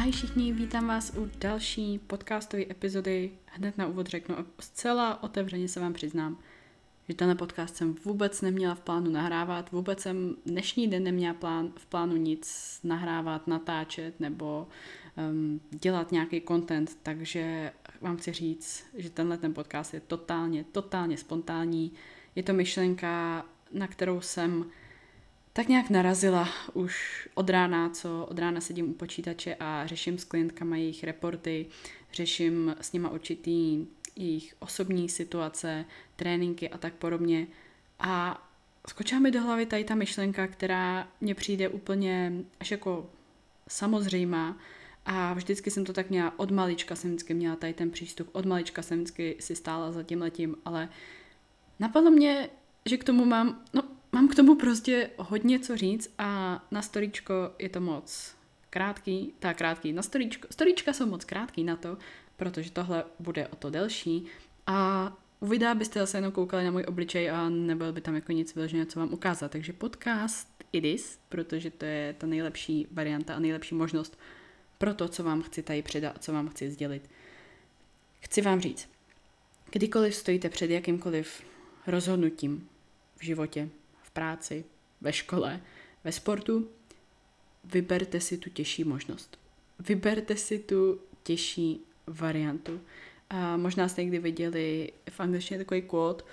Ahoj všichni, vítám vás u další podcastové epizody. Hned na úvod řeknu, zcela otevřeně se vám přiznám, že tenhle podcast jsem vůbec neměla v plánu nahrávat, vůbec jsem dnešní den neměla v plánu nic nahrávat, natáčet nebo dělat nějaký content, takže vám chci říct, že tenhle ten podcast je totálně spontánní. Je to myšlenka, na kterou jsem tak nějak narazila už od rána, od rána sedím u počítače a řeším s klientkama jejich reporty, řeším s nima určitý jejich osobní situace, tréninky a tak podobně. A skočila mi do hlavy tady ta myšlenka, která mně přijde úplně až jako samozřejmá a vždycky jsem to tak měla, od malička jsem vždycky měla tady ten přístup, od malička jsem vždycky si stála za tímhletím, ale napadlo mě, že k tomu mám k tomu prostě hodně co říct a na storíčko je to moc krátký, na storíčka jsou moc krátký na to, protože tohle bude o to delší a u videa byste zase jenom koukali na můj obličej a nebyl by tam jako nic vyloženého, co vám ukázat, takže podcast it is, protože to je ta nejlepší varianta a nejlepší možnost pro to, co vám chci tady předat, co vám chci sdělit. Chci vám říct, kdykoliv stojíte před jakýmkoliv rozhodnutím v životě, práci, ve škole, ve sportu, vyberte si tu těžší možnost. Vyberte si tu těžší variantu. A možná jste někdy viděli v angličtině takový quote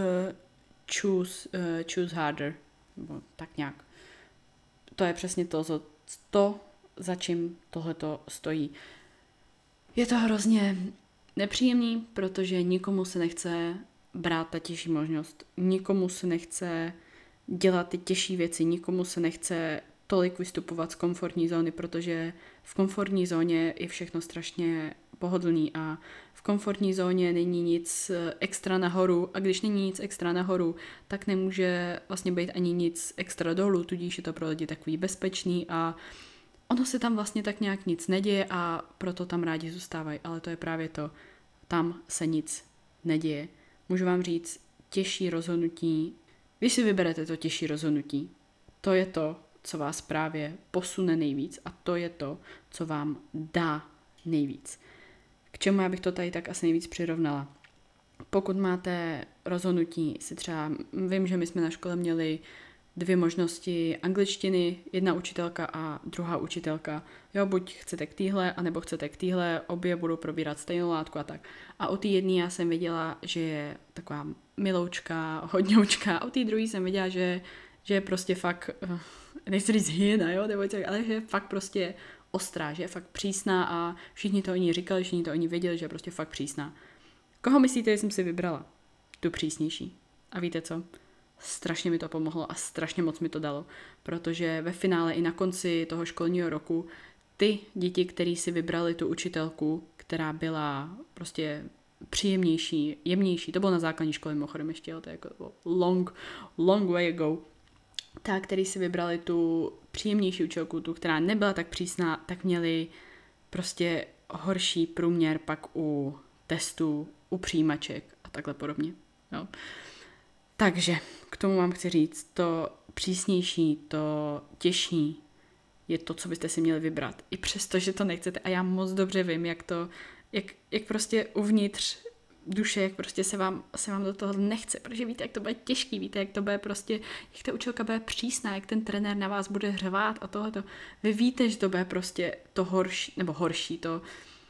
choose harder, nebo tak nějak. To je přesně to, za čím tohleto stojí. Je to hrozně nepříjemný, protože nikomu se nechce brát ta těžší možnost. Nikomu se nechce dělat ty těžší věci, nikomu se nechce tolik vystupovat z komfortní zóny, protože v komfortní zóně je všechno strašně pohodlný a v komfortní zóně není nic extra nahoru a když není nic extra nahoru, tak nemůže vlastně být ani nic extra dolů, tudíž je to pro lidi takový bezpečný a ono se tam vlastně tak nějak nic neděje a proto tam rádi zůstávají, ale to je právě to, tam se nic neděje. Můžu vám říct, těžší rozhodnutí. Když si vyberete to těžší rozhodnutí, to je to, co vás právě posune nejvíc a to je to, co vám dá nejvíc. K čemu já bych to tady tak asi nejvíc přirovnala? Pokud máte rozhodnutí, vím, že my jsme na škole měli 2 možnosti angličtiny, jedna učitelka a druhá učitelka. Jo, buď chcete k téhle, anebo chcete k téhle, obě budou probírat stejnou látku a tak. A o té jedné já jsem věděla, že je taková miloučka, hodňoučka, a o té druhé jsem věděla, že je prostě fakt, nechci říct hyena, jo, nebo tak, ale že je fakt prostě ostrá, že je fakt přísná a všichni to o ní říkali, všichni to o ní věděli, že je prostě fakt přísná. Koho myslíte, že jsem si vybrala? Tu přísnější. A víte co? Strašně mi to pomohlo a strašně moc mi to dalo, protože ve finále i na konci toho školního roku ty děti, který si vybrali tu učitelku, která byla prostě příjemnější, jemnější, to bylo na základní škole mimochodem ještě, to je jako long way ago, tak, který si vybrali tu příjemnější učitelku, tu, která nebyla tak přísná, tak měli prostě horší průměr pak u testů, u přijímaček a takhle podobně. Jo. Takže k tomu vám chci říct, to přísnější, to těžší je to, co byste si měli vybrat. I přesto, že to nechcete a já moc dobře vím, jak prostě uvnitř duše, jak prostě se vám do toho nechce, protože víte, jak to bude těžký, víte, jak to bude prostě, jak ta učitelka bude přísná, jak ten trenér na vás bude řvát a tohleto. Vy víte, že to bude prostě to horší, to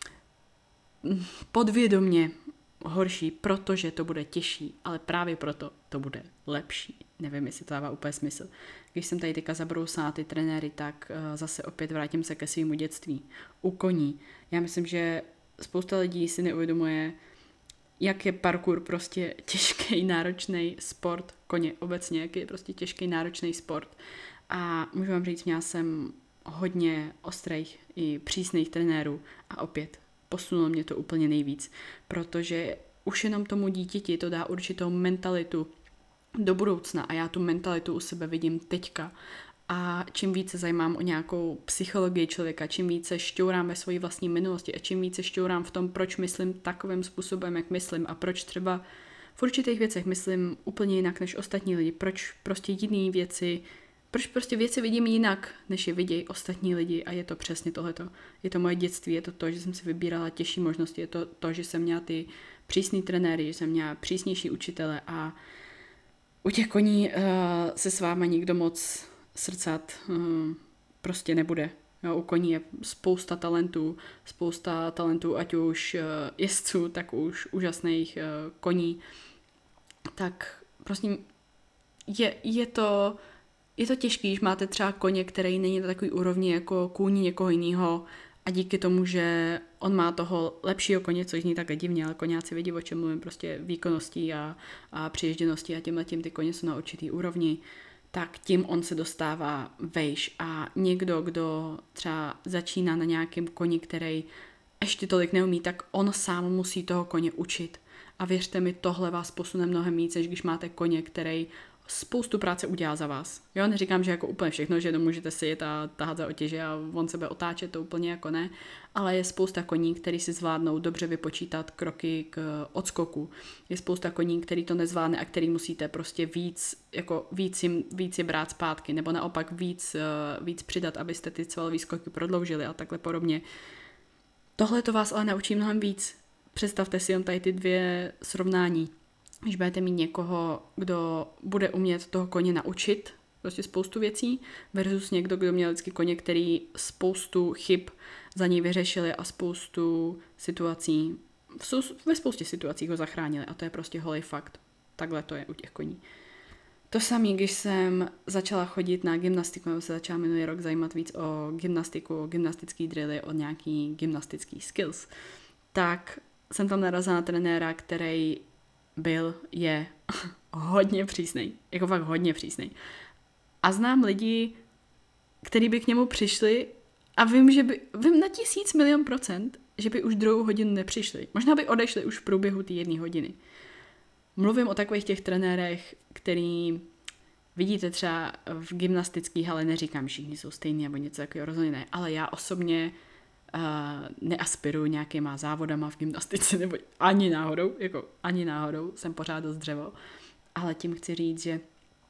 podvědomě horší, protože to bude těžší, ale právě proto to bude lepší. Nevím, jestli to dává úplně smysl. Když jsem tady teďka zabrousala ty trenéry, tak zase opět vrátím se ke svému dětství. U koní. Já myslím, že spousta lidí si neuvědomuje, jak je parkour prostě těžký, náročný sport, koně obecně, jak je prostě těžký, náročný sport. A můžu vám říct, měla jsem hodně ostrých i přísných trenérů a opět posunulo mě to úplně nejvíc, protože už jenom tomu dítěti to dá určitou mentalitu do budoucna a já tu mentalitu u sebe vidím teďka a čím více zajímám o nějakou psychologii člověka, čím více šťourám ve své vlastní minulosti a čím více šťourám v tom, proč myslím takovým způsobem, jak myslím a proč třeba v určitých věcech myslím úplně jinak než ostatní lidi, proč prostě jiné věci Proč prostě věci vidím jinak, než je vidějí ostatní lidi a je to přesně tohleto. Je to moje dětství, je to to, že jsem si vybírala těžší možnosti, je to to, že jsem měla ty přísný trenéry, že jsem měla přísnější učitele a u těch koní se s váma nikdo moc srdcat prostě nebude. Jo, u koní je spousta talentů, ať už jezdců, tak už úžasných koní. Tak prostě je to těžký, když máte třeba koně, který není na takový úrovni jako kůní někoho jiného a díky tomu, že on má toho lepšího koně, což zní takhle divně, ale koňáci vědí, o čem mluvím, prostě výkonností a přiježděností a tímhletím ty koně jsou na určitý úrovni, tak tím on se dostává vejš a někdo, kdo třeba začíná na nějakém koni, který ještě tolik neumí, tak on sám musí toho koně učit. A věřte mi, tohle vás posune mnohem víc, než když máte koně, který spoustu práce udělá za vás. Jo, neříkám, že jako úplně všechno, že můžete si jet a tahat za otěže a on sebe otáčet, to úplně jako ne, ale je spousta koní, který si zvládnou dobře vypočítat kroky k odskoku. Je spousta koní, který to nezvládne a který musíte prostě víc je brát zpátky, nebo naopak víc přidat, abyste ty cvalové skoky prodloužili a takhle podobně. Tohle to vás ale naučí mnohem víc. Představte si jen tady ty dvě srovnání. Když budete mít někoho, kdo bude umět toho koně naučit, prostě spoustu věcí, versus někdo, kdo měl vždycky koně, který spoustu chyb za něj vyřešili a spoustu situací, ve spoustě situací ho zachránili a to je prostě holý fakt. Takhle to je u těch koní. To samé, když jsem začala chodit na gymnastiku, nebo se začala minulý rok zajímat víc o gymnastiku, o gymnastický drily, o nějaký gymnastický skills, tak jsem tam narazila na trenéra, který je hodně přísnej. Jako fakt hodně přísnej. A znám lidi, kteří by k němu přišli a vím na 1000 milion %, že by už druhou hodinu nepřišli. Možná by odešli už v průběhu té 1 hodiny. Mluvím o takových těch trenérech, který vidíte třeba v gymnastických, ale neříkám, že všichni jsou stejný nebo něco takového, rozhodně ne, ale já osobně neaspiruju nějakýma závodama v gymnastice, nebo ani náhodou, jsem pořád dost dřevo, ale tím chci říct, že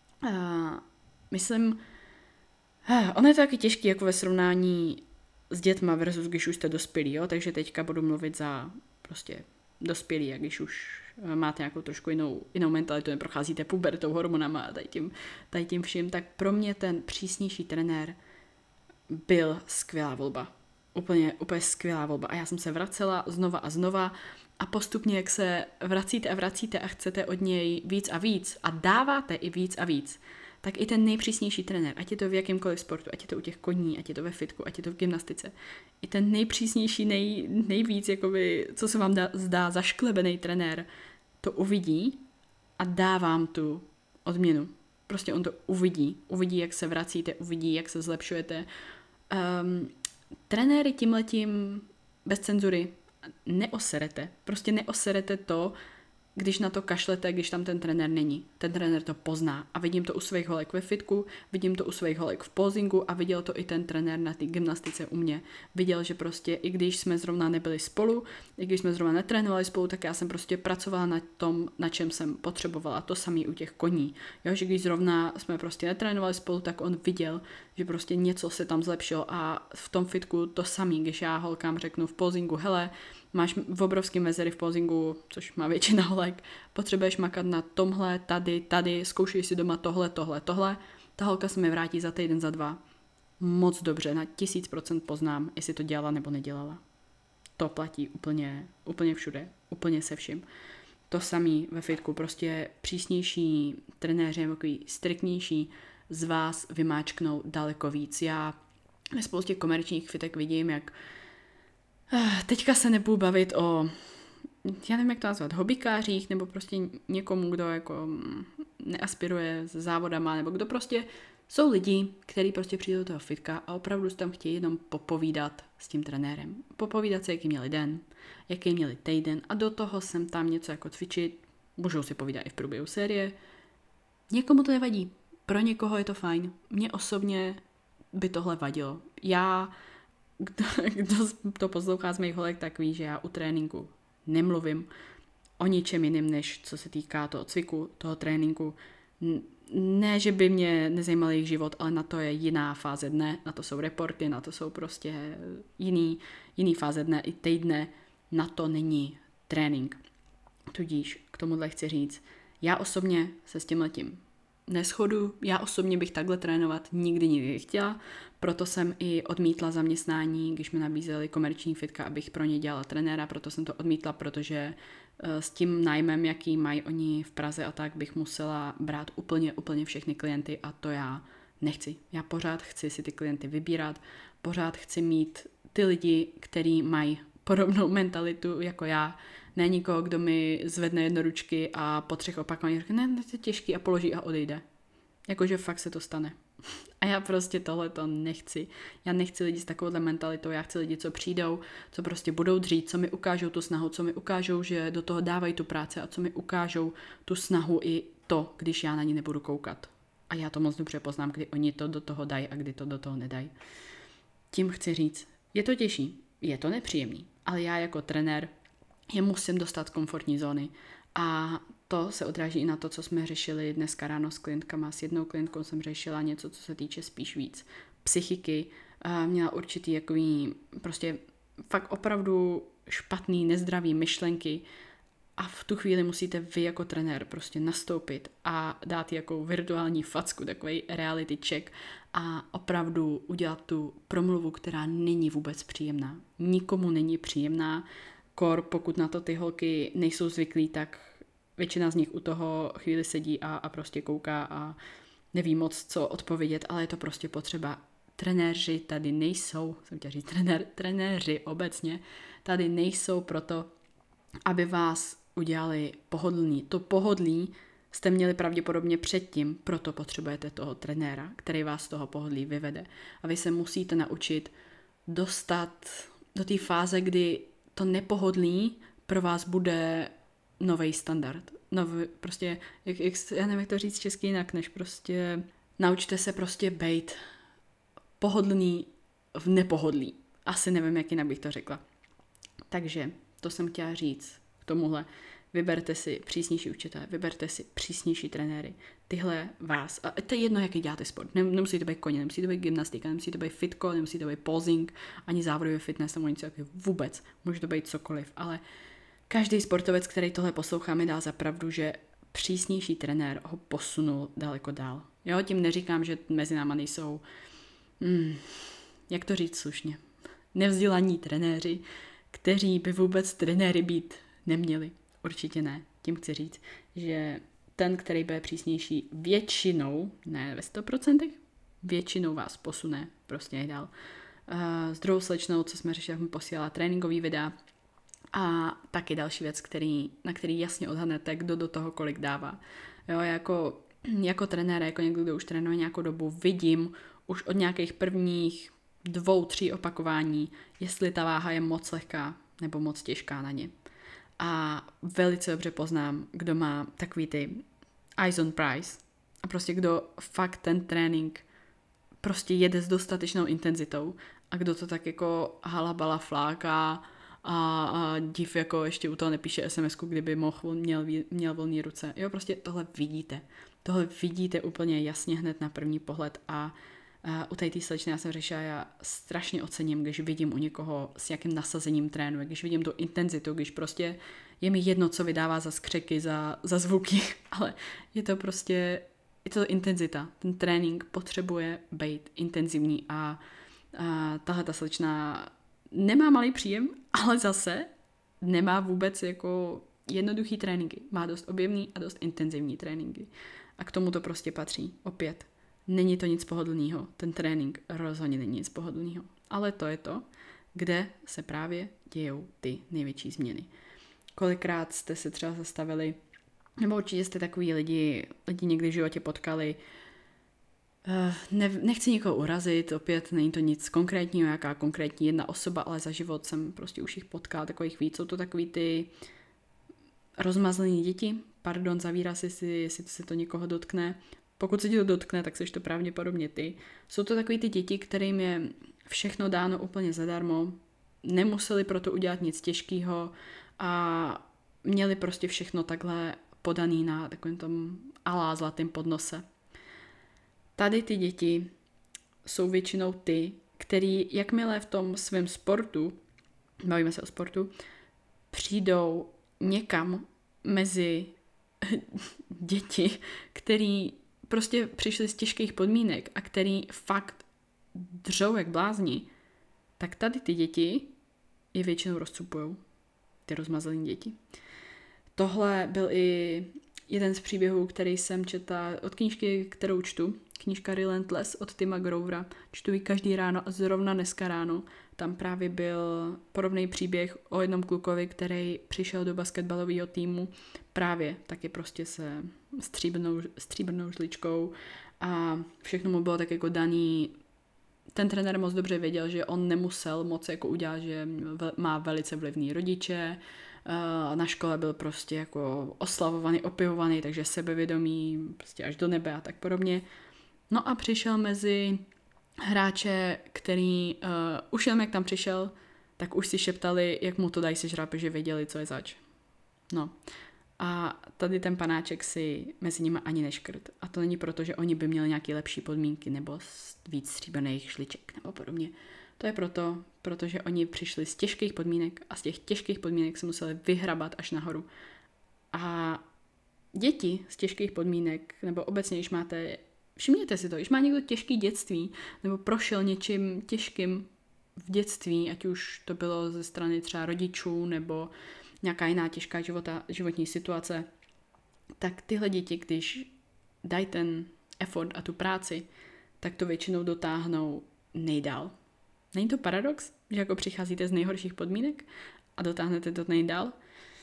myslím, ono je to taky těžký jako ve srovnání s dětma versus když už jste dospělí, jo? Takže teďka budu mluvit za prostě dospělí a když už máte nějakou trošku jinou mentalitu, neprocházíte pubertou, hormonama a tady tím vším, tak pro mě ten přísnější trenér byl skvělá volba. Úplně skvělá volba. A já jsem se vracela znova a postupně, jak se vracíte a chcete od něj víc a víc a dáváte i víc a víc, tak i ten nejpřísnější trenér, ať je to v jakýmkoliv sportu, ať je to u těch koní, ať je to ve fitku, ať je to v gymnastice, i ten nejpřísnější, nejvíc, jakoby, co se vám zdá zašklebený trenér, to uvidí a dá vám tu odměnu. Prostě on to uvidí, jak se vracíte, uvidí, jak se zlepšujete. Trenéry tímhletím bez cenzury neoserete to, když na to kašlete, když tam ten trenér není. Ten trenér to pozná a vidím to u svých holek ve fitku, vidím to u svých holek v posingu a viděl to i ten trenér na té gymnastice u mě. Viděl, že prostě i když jsme zrovna nebyli spolu, i když jsme zrovna netrénovali spolu, tak já jsem prostě pracovala na tom, na čem jsem potřebovala. To samé u těch koní. Jo, že když zrovna jsme prostě netrénovali spolu, tak on viděl, že prostě něco se tam zlepšilo a v tom fitku to samé, když já holkám řeknu v posingu, hele, máš v obrovském mezery v posingu, což má většina holek, potřebuješ makat na tomhle, tady, zkoušej si doma tohle. Ta holka se mi vrátí za týden, za 2. Moc dobře, na 1000% poznám, jestli to dělala nebo nedělala. To platí úplně všude, úplně se vším. To samý ve fitku, prostě přísnější trenéři, takový striktnější, z vás vymáčknou daleko víc. Já ve spoustě komerčních fitek vidím, jak teďka se nebudu bavit o, já nevím, jak to nazvat, hobbykářích, nebo prostě někomu, kdo jako neaspiruje s závodama, nebo kdo prostě jsou lidi, kteří prostě přijdou do toho fitka a opravdu si tam chtějí jenom popovídat s tím trenérem. Popovídat se, jaký měli den, jaký měli týden a do toho sem tam něco jako cvičit, můžou si povídat i v průběhu série. Někomu to nevadí, pro někoho je to fajn. Mně osobně by tohle vadilo. Kdo to poslouchá z mých holek, tak ví, že já u tréninku nemluvím o ničem jiném, než co se týká toho cviku, toho tréninku. ne, že by mě nezajímal jejich život, ale na to je jiná fáze dne, na to jsou reporty, na to jsou prostě jiný fáze dne i týdne, na to není trénink. Tudíž k tomuhle chci říct, já osobně se s tímhletím neschodu, já osobně bych takhle trénovat nikdy chtěla, proto jsem i odmítla zaměstnání, když mi nabízeli komerční fitka, abych pro ně dělala trenéra, proto jsem to odmítla, protože s tím nájmem, jaký mají oni v Praze a tak, bych musela brát úplně všechny klienty a to já nechci. Já pořád chci si ty klienty vybírat, pořád chci mít ty lidi, kteří mají podobnou mentalitu jako já, ne nikoho, kdo mi zvedne jednoručky a po 3 opakováních řekne, ne, to je těžký a položí a odejde. Jakože fakt se to stane. A já prostě tohleto nechci. Já nechci lidi s takovouhle mentalitou, já chci lidi, co přijdou, co prostě budou dřít, co mi ukážou tu snahu, co mi ukážou, že do toho dávají tu práci a co mi ukážou tu snahu i to, když já na ní nebudu koukat. A já to moc dobře poznám, kdy oni to do toho dají a kdy to do toho nedají. Tím chci říct, je to těžší, je to nepříjemný, ale já jako trenér je musím dostat z komfortní zóny a to se odráží i na to, co jsme řešili dneska ráno s klientkama. S jednou klientkou jsem řešila něco, co se týče spíš víc psychiky. Měla určitý jakový prostě fakt opravdu špatný, nezdravý myšlenky a v tu chvíli musíte vy jako trenér prostě nastoupit a dát jako virtuální facku, takový reality check a opravdu udělat tu promluvu, která není vůbec příjemná. Nikomu není příjemná. Kor, pokud na to ty holky nejsou zvyklí, tak většina z nich u toho chvíli sedí a prostě kouká a neví moc, co odpovědět, ale je to prostě potřeba. Trenéři tady nejsou, jsem chtěla říct trenéři obecně, tady nejsou proto, aby vás udělali pohodlný. To pohodlí jste měli pravděpodobně předtím, proto potřebujete toho trenéra, který vás z toho pohodlí vyvede. A vy se musíte naučit dostat do té fáze, kdy to nepohodlí pro vás bude nový standard. Prostě, já nevím, jak to říct česky jinak, než prostě naučte se prostě bejt pohodlný v nepohodlí. Asi nevím, jak jinak bych to řekla. Takže to jsem chtěla říct k tomuhle. Vyberte si přísnější učitele, vyberte si přísnější trenéry. Tyhle vás, a to je jedno, jaký děláte sport. Nemusí to být koně, nemusí to být gymnastika, nemusí to být fitko, nemusí to být posing, ani závodový fitness, nebo něco takového vůbec. Může to být cokoliv, ale každý sportovec, který tohle poslouchá, mi dá za pravdu, že přísnější trenér ho posunul daleko dál. Jo, tím neříkám, že mezi náma nejsou, jak to říct slušně, nevzdělaní trenéři, kteří by vůbec trenéry být neměli. Určitě ne. Tím chci říct, že ten, který bude přísnější většinou, ne ve 100%, většinou vás posune prostě dál. S druhou slečnou, co jsme řešili, mi posílala tréninkový videa a taky další věc, na který jasně odhadnete, kdo do toho kolik dává. Jo, jako trenér, jako někdo, kdo už trénuje nějakou dobu, vidím už od nějakých prvních 2-3 opakování, jestli ta váha je moc lehká nebo moc těžká na ně. A velice dobře poznám, kdo má takový ty eyes on price a prostě kdo fakt ten trénink prostě jede s dostatečnou intenzitou a kdo to tak jako halabala fláká a div jako ještě u toho nepíše SMS-ku, kdyby měl volný ruce. Jo, prostě tohle vidíte. Tohle vidíte úplně jasně hned na první pohled a u té slečny já jsem řešila, já strašně ocením, když vidím u někoho s jakým nasazením trénuje, když vidím tu intenzitu, když prostě je mi jedno, co vydává za skřeky, za zvuky, ale je to intenzita. Ten trénink potřebuje být intenzivní a tahle ta slečna nemá malý příjem, ale zase nemá vůbec jako jednoduchý tréninky. Má dost objemný a dost intenzivní tréninky. A k tomu to prostě patří. Opět. Není to nic pohodlného. Ten trénink rozhodně není nic pohodlného. Ale to je to, kde se právě dějou ty největší změny. Kolikrát jste se třeba zastavili, nebo určitě jste takový lidi někdy v životě potkali. Nechci nikoho urazit, opět není to nic konkrétního, jaká konkrétní jedna osoba, ale za život jsem prostě už jich potkala, takových víc. Jsou to takový ty rozmazlený děti, pardon za výraz, jestli se to někoho dotkne. Pokud se ti to dotkne, tak seš to pravděpodobně ty. Jsou to takový ty děti, kterým je všechno dáno úplně zadarmo, nemuseli proto udělat nic těžkého a měli prostě všechno takhle podaný na takovém tom alá zlatém podnose. tady ty děti jsou většinou ty, který jakmile v tom svém sportu, bavíme se o sportu, přijdou někam mezi děti, který prostě přišli z těžkých podmínek a který fakt dřou jak blázni, tak tady ty děti je většinou rozcupujou. Ty rozmazané děti. Tohle byl i jeden z příběhů, který jsem četla od knížky, kterou čtu. Knížka Relentless od Tima Grovera. Čtu ji každý ráno a zrovna dneska ráno. Tam právě byl podobný příběh o jednom klukovi, který přišel do basketbalového týmu právě taky prostě se stříbrnou žličkou a všechno mu bylo tak jako daný. Ten trenér moc dobře věděl, že on nemusel moc jako udělat, že má velice vlivný rodiče, na škole byl prostě jako oslavovaný, opěvovaný, takže sebevědomý prostě až do nebe a tak podobně. No a přišel mezi hráče, který už jenom jak tam přišel, tak už si šeptali, jak mu to dají sežrat, že věděli, co je zač. No. A tady ten panáček si mezi nimi ani neškrt. A to není proto, že oni by měli nějaké lepší podmínky nebo víc stříbrných šliček nebo podobně. To je protože oni přišli z těžkých podmínek a z těch těžkých podmínek se museli vyhrabat až nahoru. A děti z těžkých podmínek, nebo obecně, když máte, všimněte si to, když má někdo těžký dětství, nebo prošel něčím těžkým v dětství, ať už to bylo ze strany třeba rodičů, nebo nějaká jiná těžká životní situace, tak tyhle děti, když dají ten effort a tu práci, tak to většinou dotáhnou nejdál. Není to paradox, že jako přicházíte z nejhorších podmínek a dotáhnete to nejdál?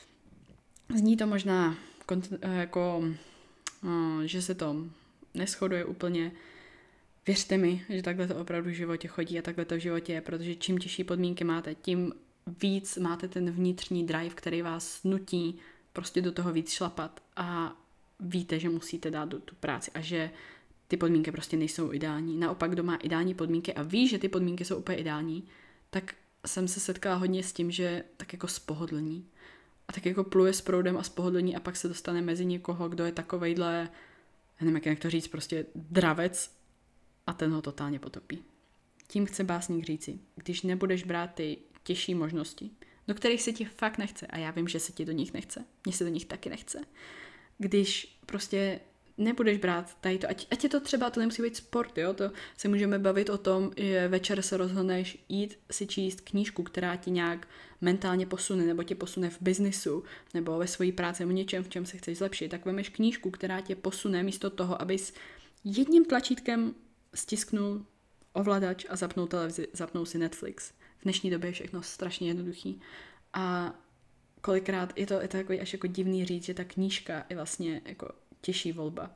Zní to možná jako, že se to neshoduje úplně. Věřte mi, že takhle to opravdu v životě chodí a takhle to v životě je, protože čím těžší podmínky máte, tím víc máte ten vnitřní drive, který vás nutí prostě do toho víc šlapat a víte, že musíte dát tu práci a že ty podmínky prostě nejsou ideální. Naopak, kdo má ideální podmínky a ví, že ty podmínky jsou úplně ideální, tak jsem se setkala hodně s tím, že tak jako spohodlní. A tak jako pluje s proudem a spohodlní a pak se dostane mezi někoho, kdo je takovejhle, já nevím, jak to říct, prostě dravec a ten ho totálně potopí. Tím chce básník říci, když nebudeš brát ty těžší možnosti, do kterých se ti fakt nechce, a já vím, že se ti do nich nechce, mně se do nich taky nechce, když prostě nebudeš brát tady to, ať je to třeba, to nemusí být sport, jo, to se můžeme bavit o tom, že večer se rozhodneš jít si číst knížku, která ti nějak mentálně posune, nebo tě posune v biznisu, nebo ve své práci, nebo něčem, v čem se chceš zlepšit, tak vemeš knížku, která tě posune místo toho, abys jedním tlačítkem stisknul ovladač a zapnul televizi, zapnul si Netflix. V dnešní době je všechno strašně jednoduchý. A kolikrát je to takový až jako divný říct, že ta knížka je vlastně jako těžší volba.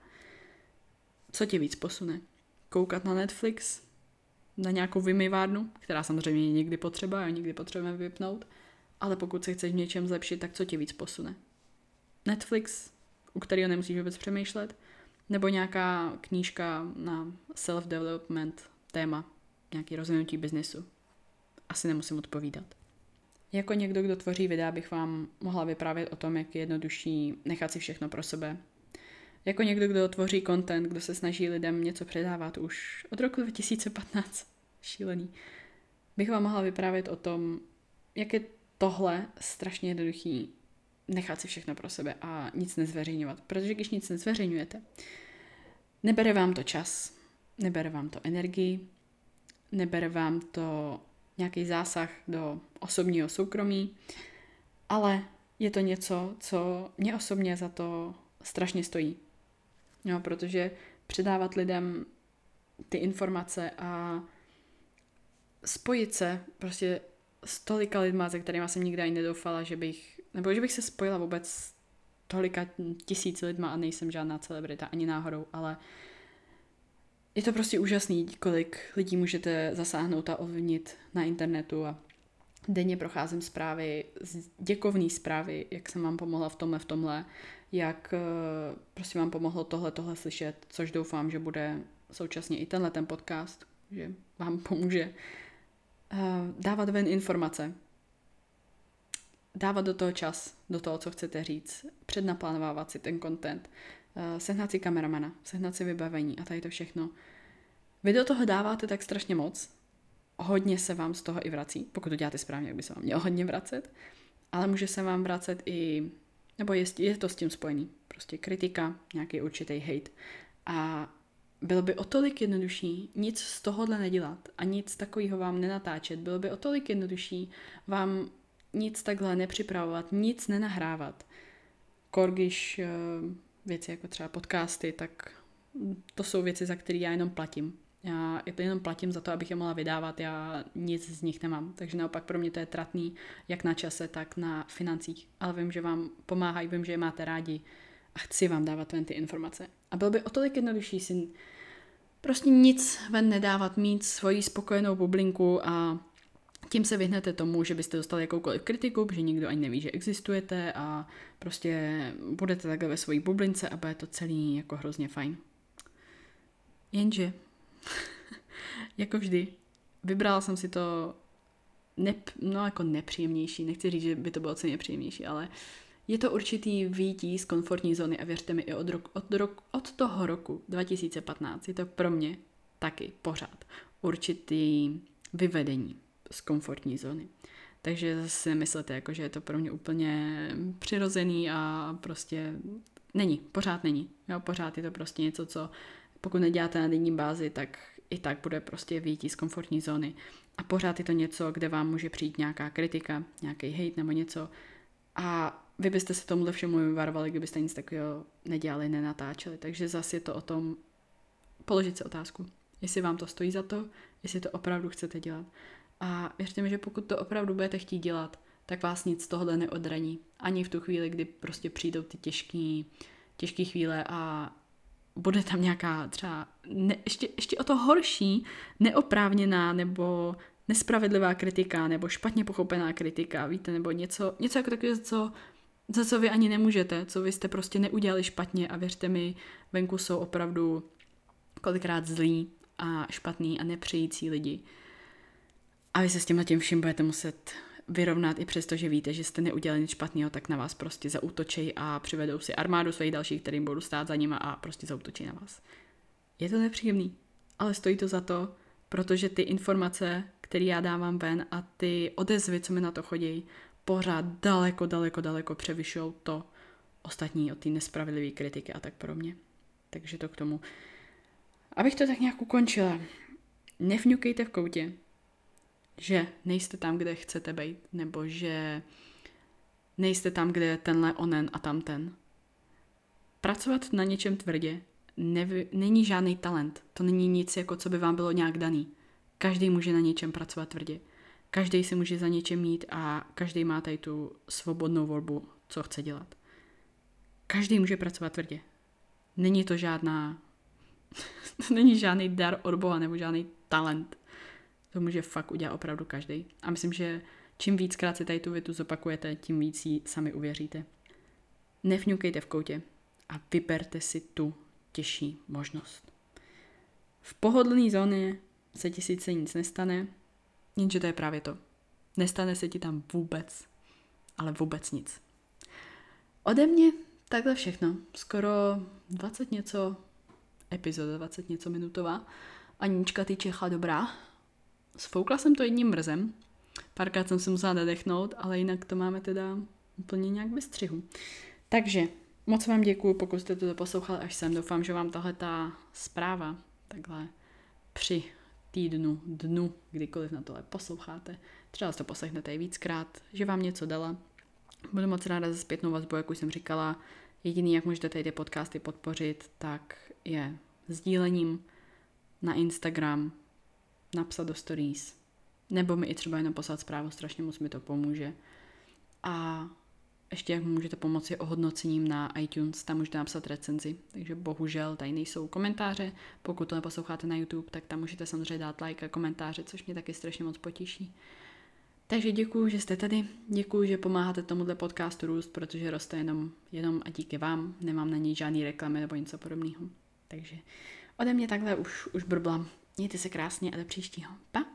Co tě víc posune? Koukat na Netflix? Na nějakou vymyvárnu, která samozřejmě je někdy potřeba a někdy potřebujeme vypnout, ale pokud se chceš v něčem zlepšit, tak co tě víc posune? Netflix, u kterého nemusíš vůbec přemýšlet, nebo nějaká knížka na self-development téma, nějaký rozvinutí biznesu? Asi nemusím odpovídat. Jako někdo, kdo tvoří videa, bych vám mohla vyprávět o tom, jak je jednodušší nechat si všechno pro sebe. Jako někdo, kdo tvoří content, kdo se snaží lidem něco předávat už od roku 2015, šílený, bych vám mohla vyprávět o tom, jak je tohle strašně jednoduchý nechat si všechno pro sebe a nic nezveřejňovat. Protože když nic nezveřejňujete, nebere vám to čas, nebere vám to energii, nebere vám to nějaký zásah do osobního soukromí, ale je to něco, co mě osobně za to strašně stojí. Jo, protože předávat lidem ty informace a spojit se prostě s tolika lidma, se kterými jsem nikdy ani nedoufala, že bych se spojila vůbec s tolika tisíci lidma a nejsem žádná celebrita ani náhodou, ale je to prostě úžasný, kolik lidí můžete zasáhnout a ovlivnit na internetu a denně procházím zprávy, děkovný zprávy, jak jsem vám pomohla v tomhle, jak prostě vám pomohlo tohle slyšet, což doufám, že bude současně i ten podcast, že vám pomůže dávat ven informace, dávat do toho čas, do toho, co chcete říct, přednaplánovávat si ten content, sehnat si kameramana, sehnat si vybavení a tady to všechno. Vy do toho dáváte tak strašně moc, hodně se vám z toho i vrací, pokud to děláte správně, jak by se vám mělo hodně vracet, ale může se vám vracet i, nebo je to s tím spojený, prostě kritika, nějaký určitý hate. A bylo by o tolik jednodušší nic z tohohle nedělat a nic takového vám nenatáčet. Bylo by o tolik jednodušší vám nic takhle nepřipravovat, nic nenahrávat. Když věci jako třeba podcasty, tak to jsou věci, za které já jenom platím. Já to jenom platím za to, abych je mohla vydávat, já nic z nich nemám. Takže naopak pro mě to je tratný, jak na čase, tak na financích. Ale vím, že vám pomáhají, vím, že je máte rádi a chci vám dávat ven ty informace. A bylo by o tolik jednodušší si prostě nic ven nedávat, mít svoji spokojenou bublinku a tím se vyhnete tomu, že byste dostali jakoukoliv kritiku, protože nikdo ani neví, že existujete a prostě budete takhle ve své bublince a bude to celý jako hrozně fajn. Jenže, jako vždy, vybrala jsem si to jako nepříjemnější, nechci říct, že by to bylo celý nepříjemnější, ale je to určitý výjití z komfortní zóny a věřte mi, i od toho roku 2015 je to pro mě taky pořád určitý vyvedení z komfortní zóny. Takže zase myslete, jako, že je to pro mě úplně přirozený a prostě pořád není. Jo, pořád je to prostě něco, co pokud neděláte na denní bázi, tak i tak bude prostě vyjít z komfortní zóny. A pořád je to něco, kde vám může přijít nějaká kritika, nějaký hate nebo něco. A vy byste se tomuhle všemu vyvarovali, kdybyste nic takového nedělali, nenatáčeli. Takže zase je to o tom položit si otázku, jestli vám to stojí za to, jestli to opravdu chcete dělat. A věřte mi, že pokud to opravdu budete chtít dělat, tak vás nic z tohohle neodraní. Ani v tu chvíli, kdy prostě přijdou ty těžké chvíle a bude tam nějaká třeba ještě o to horší, neoprávněná nebo nespravedlivá kritika nebo špatně pochopená kritika, víte, nebo něco jako takové, za co vy ani nemůžete, co vy jste prostě neudělali špatně a věřte mi, venku jsou opravdu kolikrát zlí a špatný a nepřející lidi. A vy se s tím vším budete muset vyrovnat i přesto, že víte, že jste neudělali nic špatného, tak na vás prostě zaútočí a přivedou si armádu svých dalších, kterým budou stát za nima a prostě zaútočí na vás. Je to nepříjemný, ale stojí to za to, protože ty informace, které já dávám ven a ty odezvy, co mi na to chodí, pořád daleko převyšují to ostatní od té nespravedlivé kritiky a tak podobně. Takže to k tomu. Abych to tak nějak ukončila. Nevňukejte v koutě, že nejste tam, kde chcete být, nebo že nejste tam, kde je tenhle onen a tamten. Pracovat na něčem tvrdě není žádný talent. To není nic, jako co by vám bylo nějak daný. Každý může na něčem pracovat tvrdě. Každý si může za něčem mít a každý má tady tu svobodnou volbu, co chce dělat. Každý může pracovat tvrdě. Není to není žádný dar od Boha nebo žádný talent. To může fakt udělat opravdu každý. A myslím, že čím víckrát si tady tu větu zopakujete, tím víc ji sami uvěříte. Nevňukejte v koutě a vyberte si tu těžší možnost. V pohodlné zóně se ti sice nic nestane, jenže to je právě to. Nestane se ti tam vůbec, ale vůbec nic. Ode mě takhle všechno. Skoro 20 něco epizoda, 20 něco minutová. Anička, ty Čecha dobrá. Sfoukla jsem to jedním mrzem. Párkrát jsem se musela nadechnout, ale jinak to máme teda úplně nějak bez střihu. Takže moc vám děkuju, pokud jste to poslouchali až sem. Doufám, že vám tahle ta zpráva takhle při dnu, kdykoliv na tohle posloucháte, třeba to poslechnete i víckrát, že vám něco dala. Budu moc ráda za zpětnou vazbu, jak už jsem říkala. Jediný, jak můžete tady ty podcasty podpořit, tak je sdílením na Instagram, napsat do stories, nebo mi i třeba jenom poslat zprávu, strašně moc mi to pomůže. A ještě jak můžete pomoci ohodnocením na iTunes, tam můžete napsat recenzi, takže bohužel tady nejsou komentáře, pokud to neposloucháte na YouTube, tak tam můžete samozřejmě dát like a komentáře, což mě taky strašně moc potěší. Takže děkuju, že jste tady, děkuju, že pomáháte tomuhle podcastu růst, protože roste jenom a díky vám, nemám na něj žádný reklamy nebo něco podobného. Takže ode mě takhle už brblám. Mějte se krásně a do příštího. Pa!